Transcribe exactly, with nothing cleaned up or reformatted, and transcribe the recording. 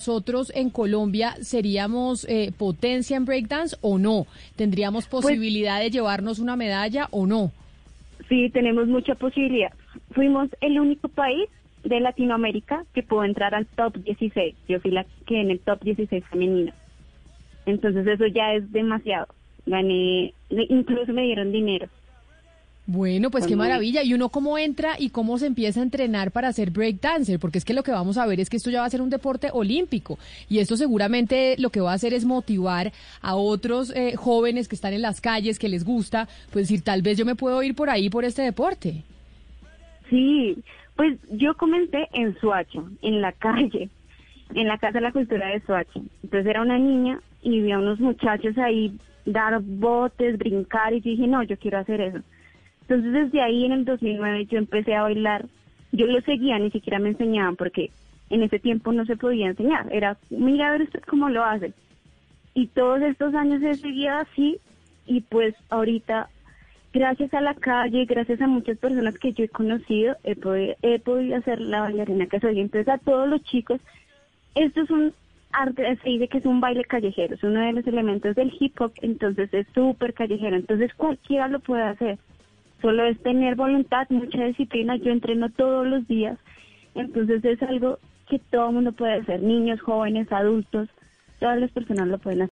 nosotros en Colombia seríamos eh, potencia en breakdance o no? ¿Tendríamos posibilidad pues, de llevarnos una medalla o no? Sí, tenemos mucha posibilidad. Fuimos el único país de Latinoamérica que pudo entrar al top dieciséis. Yo fui la que en el top dieciséis femenino. Entonces eso ya es demasiado. Gané, incluso me dieron dinero. Bueno, pues qué maravilla. ¿Y uno cómo entra y cómo se empieza a entrenar para ser breakdancer? Porque es que lo que vamos a ver es que esto ya va a ser un deporte olímpico. Y esto seguramente lo que va a hacer es motivar a otros eh, jóvenes que están en las calles, que les gusta, pues decir, tal vez yo me puedo ir por ahí por este deporte. Sí, pues yo comencé en Soacha, en la calle, en la Casa de la Cultura de Soacha. Entonces era una niña y vi a unos muchachos ahí dar botes, brincar, y dije, no, yo quiero hacer eso. Entonces desde ahí en el dos mil nueve yo empecé a bailar. Yo lo seguía, ni siquiera me enseñaban porque en ese tiempo no se podía enseñar. Era, mira a ver usted cómo lo hace. Y todos estos años he seguido así, y pues ahorita, gracias a la calle, gracias a muchas personas que yo he conocido, he podido, he podido ser la bailarina que soy. Entonces a todos los chicos, esto es un arte, se dice que es un baile callejero, es uno de los elementos del hip hop, entonces es súper callejero. Entonces cualquiera lo puede hacer. Solo es tener voluntad, mucha disciplina. Yo entreno todos los días, entonces es algo que todo el mundo puede hacer, niños, jóvenes, adultos, todas las personas lo pueden hacer.